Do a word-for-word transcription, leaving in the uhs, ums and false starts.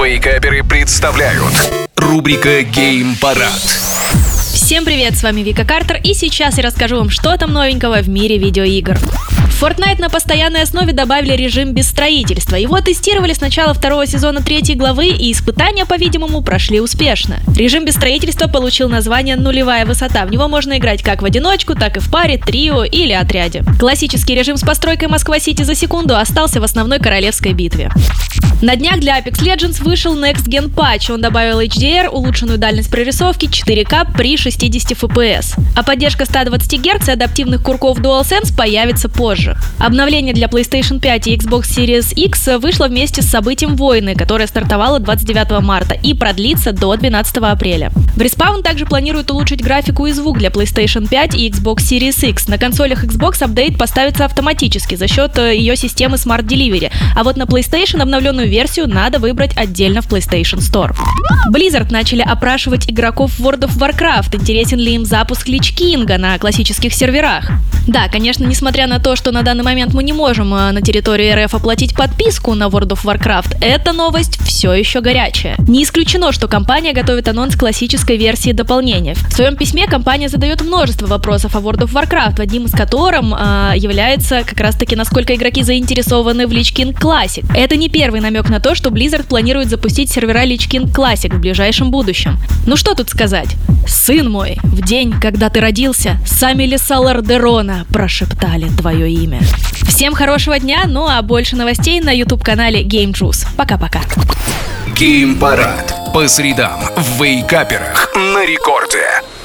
Вейкаперы представляют рубрика «Геймпарад». Всем привет, с вами Вика Картер, и сейчас я расскажу вам, что там новенького в мире видеоигр. В Fortnite на постоянной основе добавили режим без строительства. Его тестировали с начала второго сезона третьей главы, и испытания, по-видимому, прошли успешно. Режим без строительства получил название «Нулевая высота». В него можно играть как в одиночку, так и в паре, трио или отряде. Классический режим с постройкой Москва-Сити за секунду остался в основной королевской битве. На днях для Apex Legends вышел Next Gen Patch. Он добавил эйч ди ар, улучшенную дальность прорисовки, четыре ка при шестидесяти эф пи эс. А поддержка ста двадцати герц и адаптивных курков DualSense появится позже. Обновление для PlayStation пять и Xbox Series X вышло вместе с событием «Войны», которое стартовало двадцать девятого марта и продлится до двенадцатого апреля. В Respawn также планирует улучшить графику и звук для PlayStation пять и Xbox Series X. На консолях Xbox апдейт поставится автоматически за счет ее системы Smart Delivery, а вот на PlayStation обновленную версию надо выбрать отдельно в PlayStation Store. Blizzard начали опрашивать игроков в World of Warcraft, интересен ли им запуск Лич Кинга на классических серверах. Да, конечно, несмотря на то, что на данный момент мы не можем на территории эр эф оплатить подписку на World of Warcraft, эта новость все еще горячая. Не исключено, что компания готовит анонс классической версии дополнения. В своем письме компания задает множество вопросов о World of Warcraft, одним из которых э, является как раз-таки, насколько игроки заинтересованы в Лич Кинг Classic. Это не первый намек на то, что Blizzard планирует запустить сервера Лич Кинг Classic в ближайшем будущем. Ну что тут сказать? Сын мой, в день, когда ты родился, сами леса Лордерона прошептали твое имя. Всем хорошего дня, ну а больше новостей на YouTube-канале Game Juice. Пока-пока. Геймпарад по средам в Вейкаперах на рекорде.